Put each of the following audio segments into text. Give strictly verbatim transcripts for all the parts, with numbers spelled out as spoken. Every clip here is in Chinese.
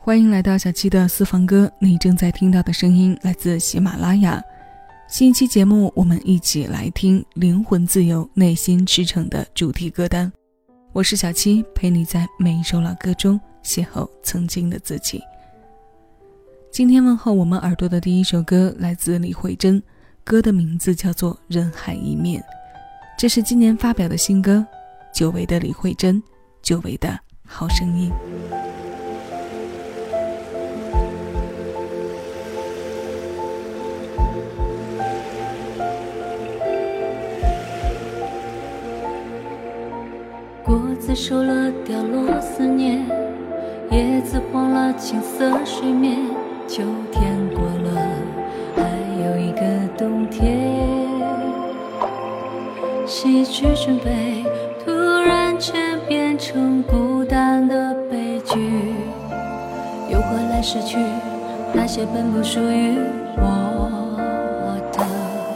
欢迎来到小七的私房歌，你正在听到的声音来自喜马拉雅。新一期节目，我们一起来听灵魂自由内心驰骋的主题歌单。我是小七，陪你在每一首老歌中邂逅曾经的自己。今天问候我们耳朵的第一首歌来自李慧珍，歌的名字叫做《人海一面》，这是今年发表的新歌，久违的李慧珍，久违的好声音。 果子熟了掉落思念，叶子黄了青色水面，秋天过了还有一个冬天，喜剧准备突然间变成孤单的悲剧，又何来失去那些本不属于我的，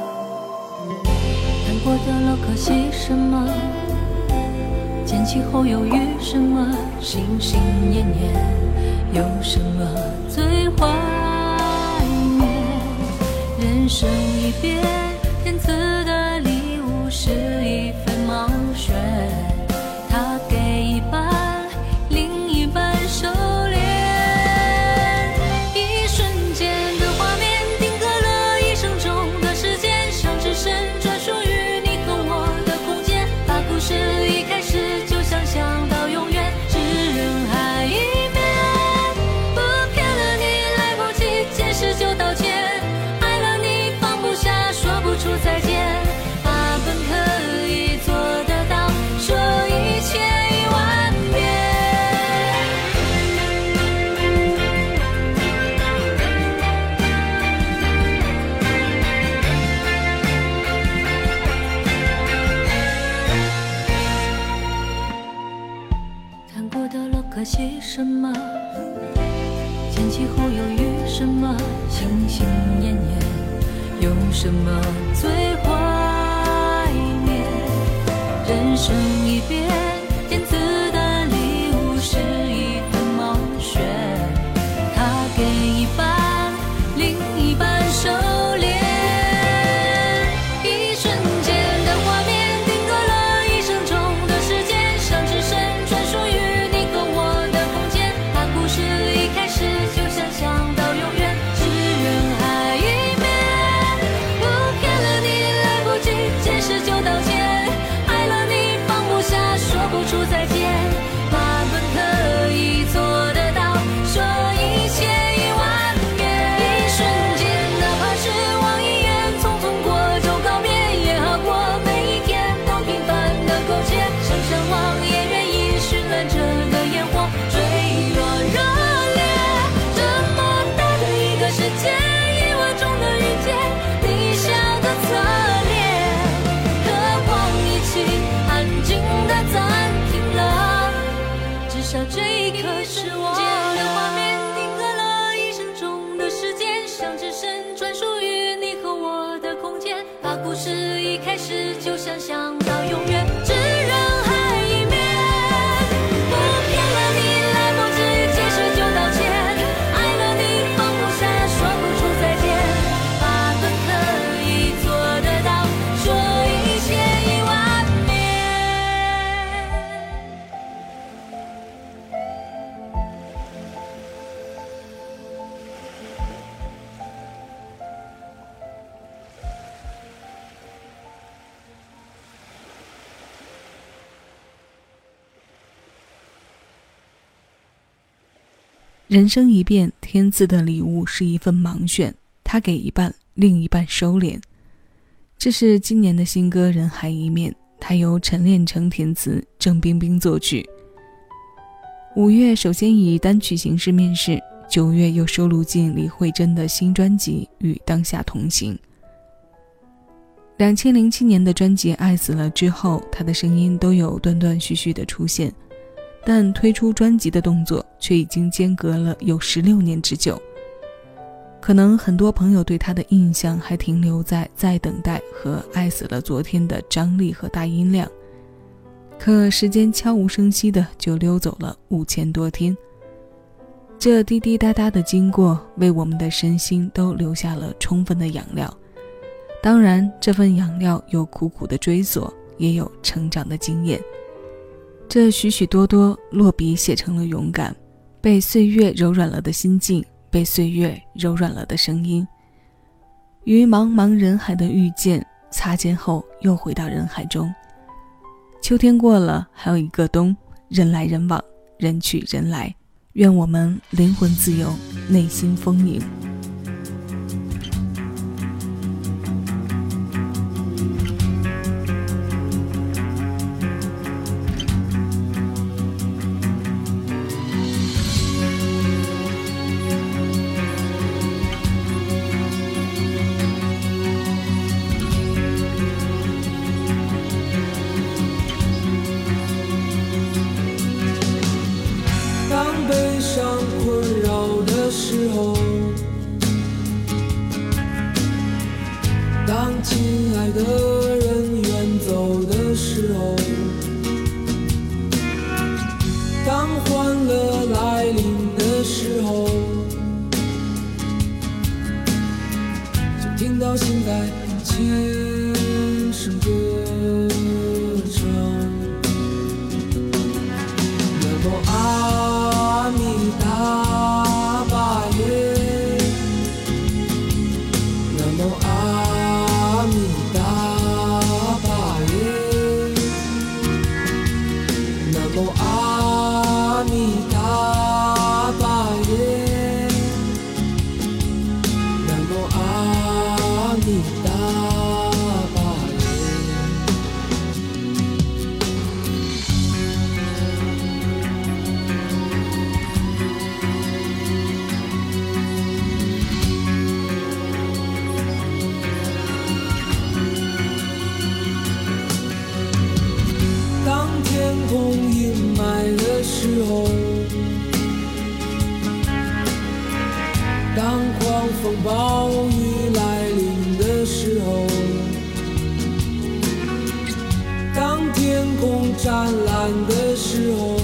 难过的了可惜什么，捡起后犹豫什么，心心念念有什么最怀念，人生一变，天赐的礼物是一份盲选，他给一半，另一半收敛，一瞬间的画面定格了一生中的时间，像只身专属于你和我的空间，把故事一开始想到永远，是人海一面，不骗了你来不及解释就道歉，爱了你放不下说不出再见，把本可以做得到说一千一万遍，谈过的了可惜什么，捡起后犹豫什么，心心念念有什么最怀念，人生一变，天赐的礼物是一份盲选，他给一半，另一半收敛，一瞬间的画面定格了一生中的时间，像只身专属于你和我的空间，把故事一开始就想象到永远，是人海一面，不骗了你来不及解释就道歉，爱了你放不下说不出再见，把本可以做得到说一千一万遍，一瞬间哪怕是望一眼匆匆过就告别，也好过每一天都平凡的苟且，想向往也愿意绚烂着的烟火坠落热烈，这么大的一个世界，夜晚中的遇见，你笑的侧脸，渴望一起安静的暂停了，至少这一刻是我的画面定格了一生中的时间，像只身专属于你和我的空间，把故事一开始就想象到永远，是人海一面，不骗了你来不及解释就道歉，爱了你放不下说不出再见，把本可以做得到说一千一万遍。 人生一变，天赐的礼物是一份盲选，他给一半，另一半收敛。这是今年的新歌《人海一面》，它由陈炼成填词，郑冰冰作曲。五月首先以单曲形式面世，九月又收录进李慧珍的新专辑《与当下同行》。二零零七年的专辑《爱死了》之后，她的声音都有断断续续的出现，但推出专辑的动作却已经间隔了有十六年之久。可能很多朋友对他的印象还停留在在等待和爱死了昨天的张力和大音量，可时间悄无声息的就溜走了五千多天。 这滴滴答答的经过，为我们的身心都留下了充分的养料。当然，这份养料有苦苦的追索，也有成长的经验。这许许多多落笔写成了勇敢，被岁月柔软了的心境，被岁月柔软了的声音。于茫茫人海的遇见，擦肩后又回到人海中。秋天过了，还有一个冬，人来人往，人去人来。愿我们灵魂自由，内心丰盈。 悲伤困扰的时候，当亲爱的人远走的时候，当欢乐来临的时候，就听到心在轻声歌唱。那么爱阿弥达巴耶，南无阿弥达巴耶，南无阿弥达巴耶，南无阿弥达巴耶。天空阴霾的时候，当狂风暴雨来临的时候，当天空湛蓝的时候，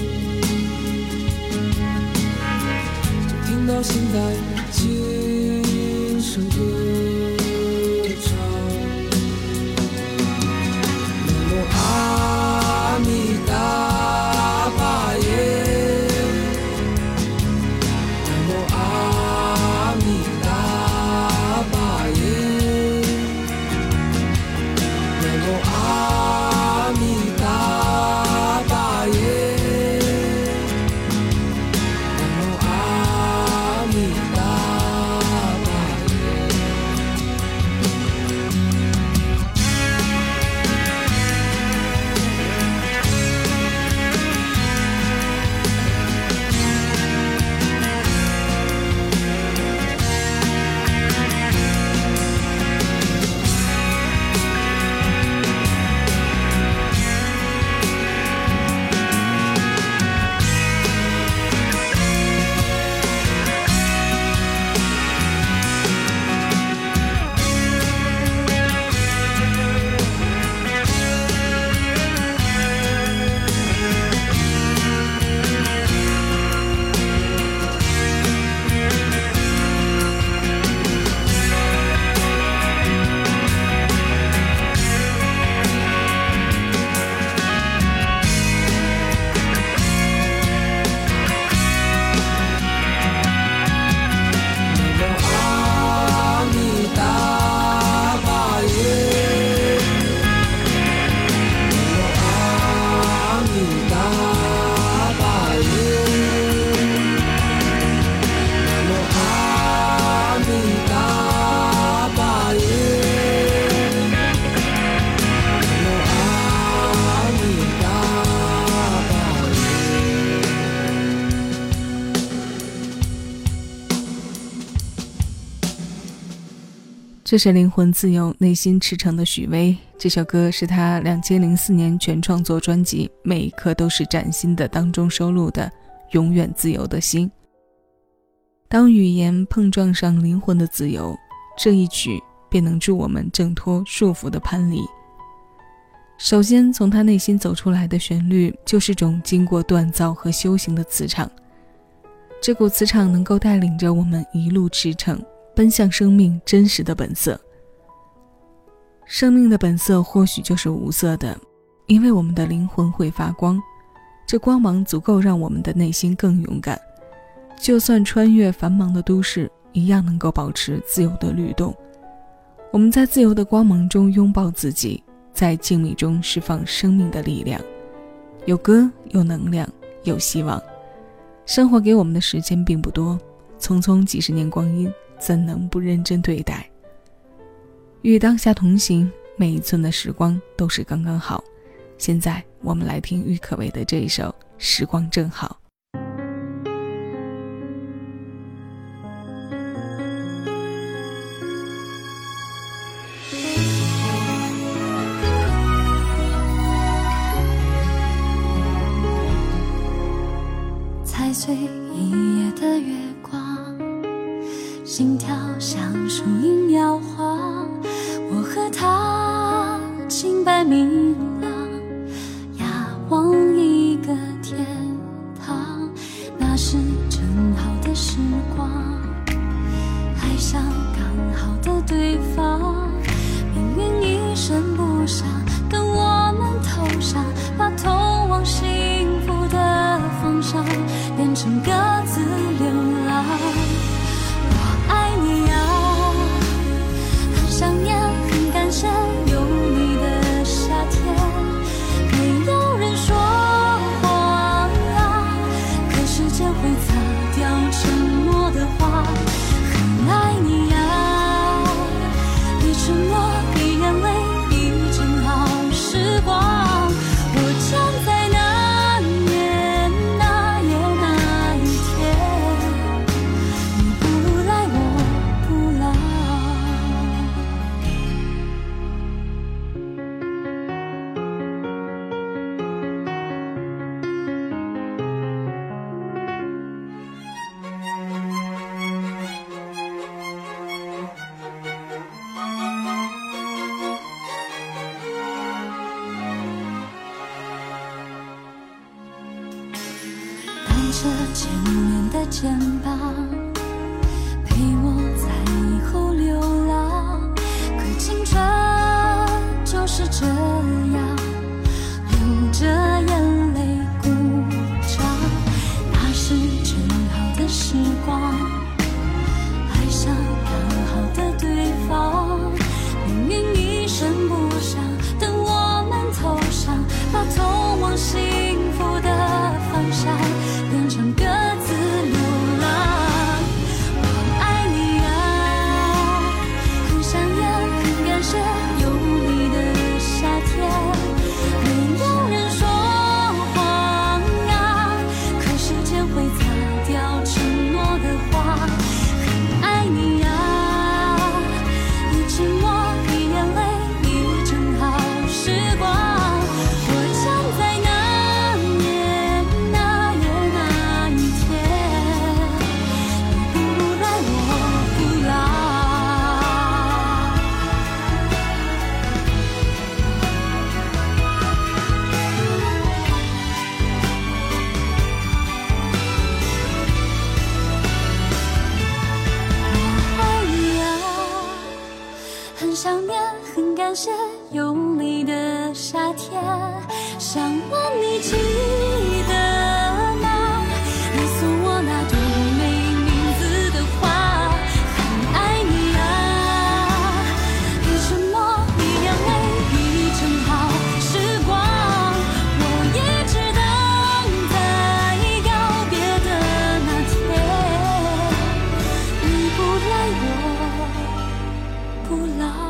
就听到心在轻声歌唱。南无阿弥达巴耶，南无阿弥达巴耶，南无阿弥达巴耶，南无阿弥达巴耶。 这是灵魂自由内心驰骋的许巍，这首歌是他二零零四年全创作专辑《每一刻都是崭新的》当中收录的永远自由的心。当语言碰撞上灵魂的自由，这一曲便能助我们挣脱束缚的藩篱。首先从他内心走出来的旋律，就是种经过锻造和修行的磁场。 这股磁场能够带领着我们一路驰骋，奔向生命真实的本色。生命的本色或许就是无色的，因为我们的灵魂会发光，这光芒足够让我们的内心更勇敢，就算穿越繁忙的都市，一样能够保持自由的律动。我们在自由的光芒中拥抱自己，在静谧中释放生命的力量。有歌，有能量，有希望。生活给我们的时间并不多，匆匆几十年光阴，怎能不认真对待？与当下同行，每一寸的时光都是刚刚好。现在我们来听郁可唯的这一首《时光正好》。 踩碎一夜的月光，心跳像树影摇晃，我和他清白明朗，仰望一个天堂，那是正好的时光，爱上刚好的对方，命运一声不响跟我们头上，把通往幸福的方向变成各自流浪。我爱你啊，很想念，很感谢有你的夏天，没有人说谎啊，可时间会擦掉沉默的话。很爱你啊，你沉默，你眼泪，你正好时光。我站在那年那夜那一天，你不来我不老。带着牵连的肩膀，陪我在以后流浪，可青春就是这样，流着眼泪鼓掌，那是正好的时光，爱上刚好的对方，命运一声不响等我们头上，把通往幸福的方向变成各自流浪。我爱你啊，很想念，很感谢有你的夏天，没有人说谎啊，可时间会擦掉承诺的话。很爱你啊，你沉默，你眼泪，你正好时光。我站在那年那夜那一天，你不来我不老。我爱你啊，很想念，很感谢有你的夏天，想问你记得吗？你送我那朵没名字的花。很爱你啊，你沉默，你眼泪，你正好时光。我一直等在告别的那天，你不来我不老。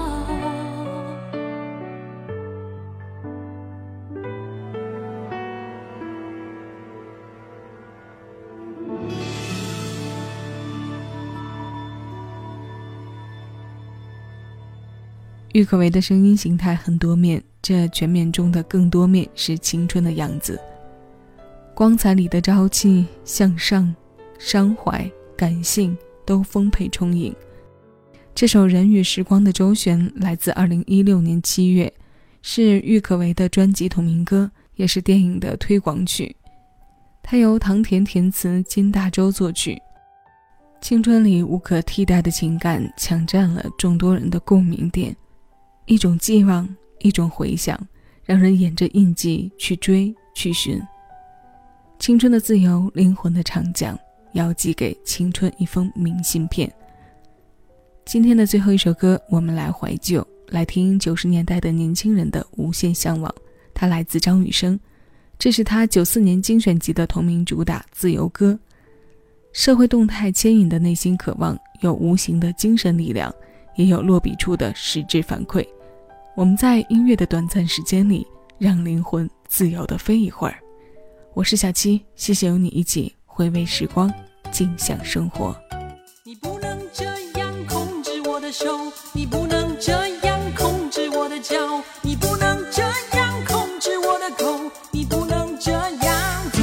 郁可唯的声音形态很多面，这全面中的更多面是青春的样子。光彩里的朝气、向上、伤怀、感性都丰沛充盈。这首《人与时光》的周旋来自二零一六年七月，是郁可唯的专辑同名歌，也是电影的推广曲。 它由唐田填词，金大洲作曲。青春里无可替代的情感抢占了众多人的共鸣点，一种寄望，一种回响，让人沿着印记去追去寻。青春的自由，灵魂的长讲，要寄给青春一封明信片。今天的最后一首歌，我们来怀旧，来听九十年代的年轻人的无限向往。它来自张雨生，这是他九四年精选集的同名主打《自由歌》。社会动态牵引的内心渴望，有无形的精神力量，也有落笔处的实质反馈。我们在音乐的短暂时间里，让灵魂自由地飞一会儿。我是小七，谢谢有你一起回味时光，尽享生活。 你不能这样控制我的手，你不能这样控制我的脚，你不能这样控制我的口，你不能这样做。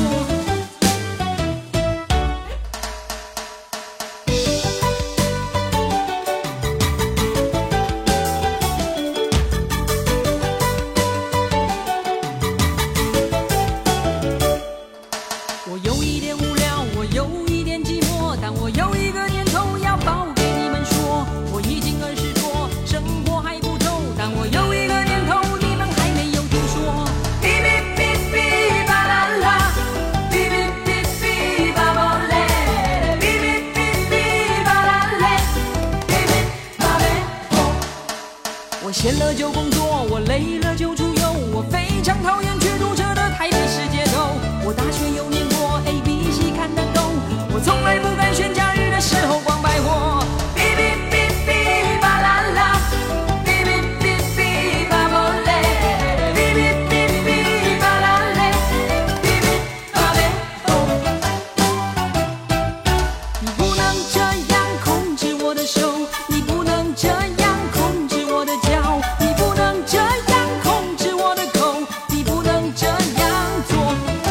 我有一点无聊，我有一点寂寞，但我有一个念头要报给你们说。我已经二十多，生活还不透，但我有一个念头你们还没有听说。哔哔哔哔吧啦啦，哔哔哔哔吧吧嘞，哔哔哔哔吧啦嘞，哔哔吧嘞哦。我闲了就工作，我累了就出游，我非常讨厌去堵车的台北市街头。我大学有念过 A B C 看得懂，我从来不敢选假日的时候逛百货。哔哔哔哔吧啦啦，哔哔哔哔吧吧嘞，哔哔哔哔吧啦嘞，哔哔吧嘞哦。你不能这样控制我的手，你不能这样控制我的脚，你不能这样控制我的口，你不能这样做。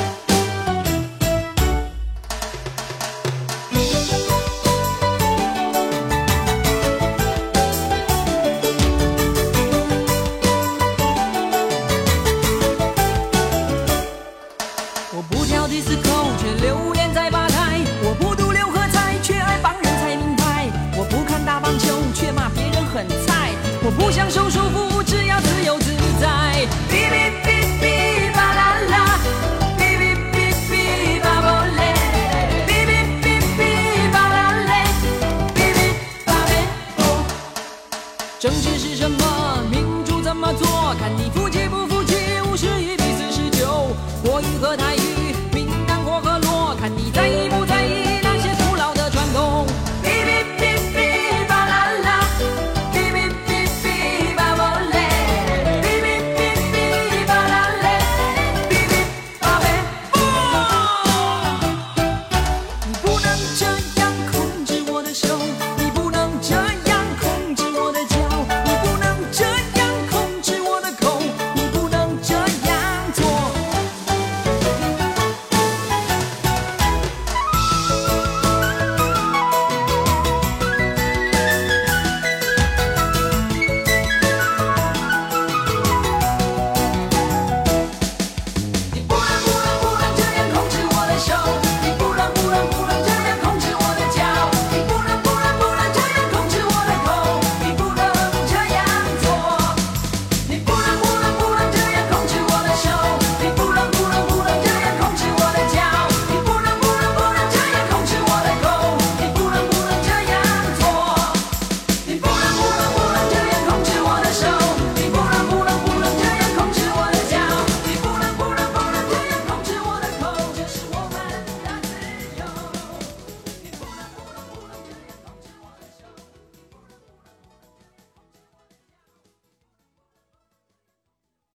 我不跳迪斯科，却流连在吧台；我不读六合彩，却爱帮人猜名牌；我不看打棒球，却骂别人很菜；我不享受束缚，只要自由自在。哔哔哔哔吧啦啦，哔哔哔哔吧吧嘞，哔哔哔哔吧啦嘞，哔哔吧嘞哦。政治是